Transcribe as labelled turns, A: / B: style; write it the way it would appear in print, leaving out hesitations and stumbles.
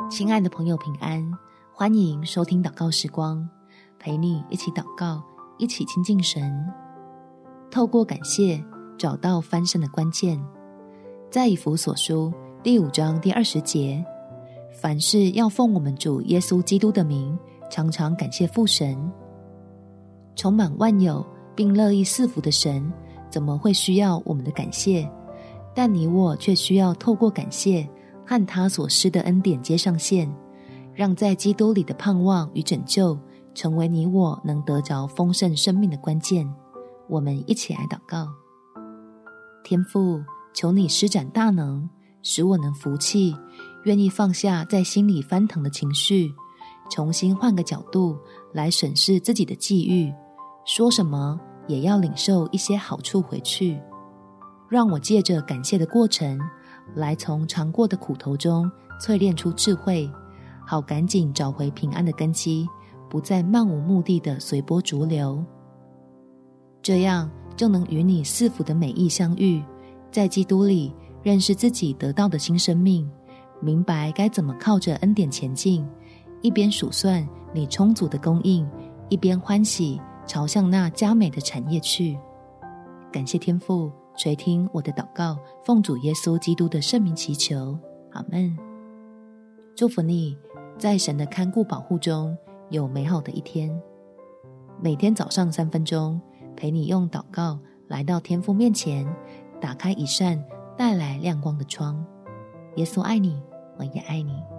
A: 亲爱的朋友平安，欢迎收听祷告时光，陪你一起祷告，一起亲近神。透过感谢找到翻身的关键。在以弗所书第5章第20节，凡事要奉我们主耶稣基督的名，常常感谢父神。充满万有并乐意赐福的神，怎么会需要我们的感谢？但你我却需要透过感谢和他所施的恩典接上线，让在基督里的盼望与拯救成为你我能得着丰盛生命的关键。我们一起来祷告。天父，求你施展大能，使我能服气，愿意放下在心里翻腾的情绪，重新换个角度来审视自己的际遇，说什么也要领受一些好处回去。让我借着感谢的过程，来从尝过的苦头中淬炼出智慧，好赶紧找回平安的根基，不再漫无目的的随波逐流。这样就能与你赐福的美意相遇，在基督里认识自己得到的新生命，明白该怎么靠着恩典前进，一边数算你充足的供应，一边欢喜朝向那佳美的产业去。感谢天父垂听我的祷告，奉主耶稣基督的圣名祈求，阿们。祝福你在神的看顾保护中有美好的一天。每天早上3分钟，陪你用祷告来到天父面前，打开一扇带来亮光的窗。耶稣爱你，我也爱你。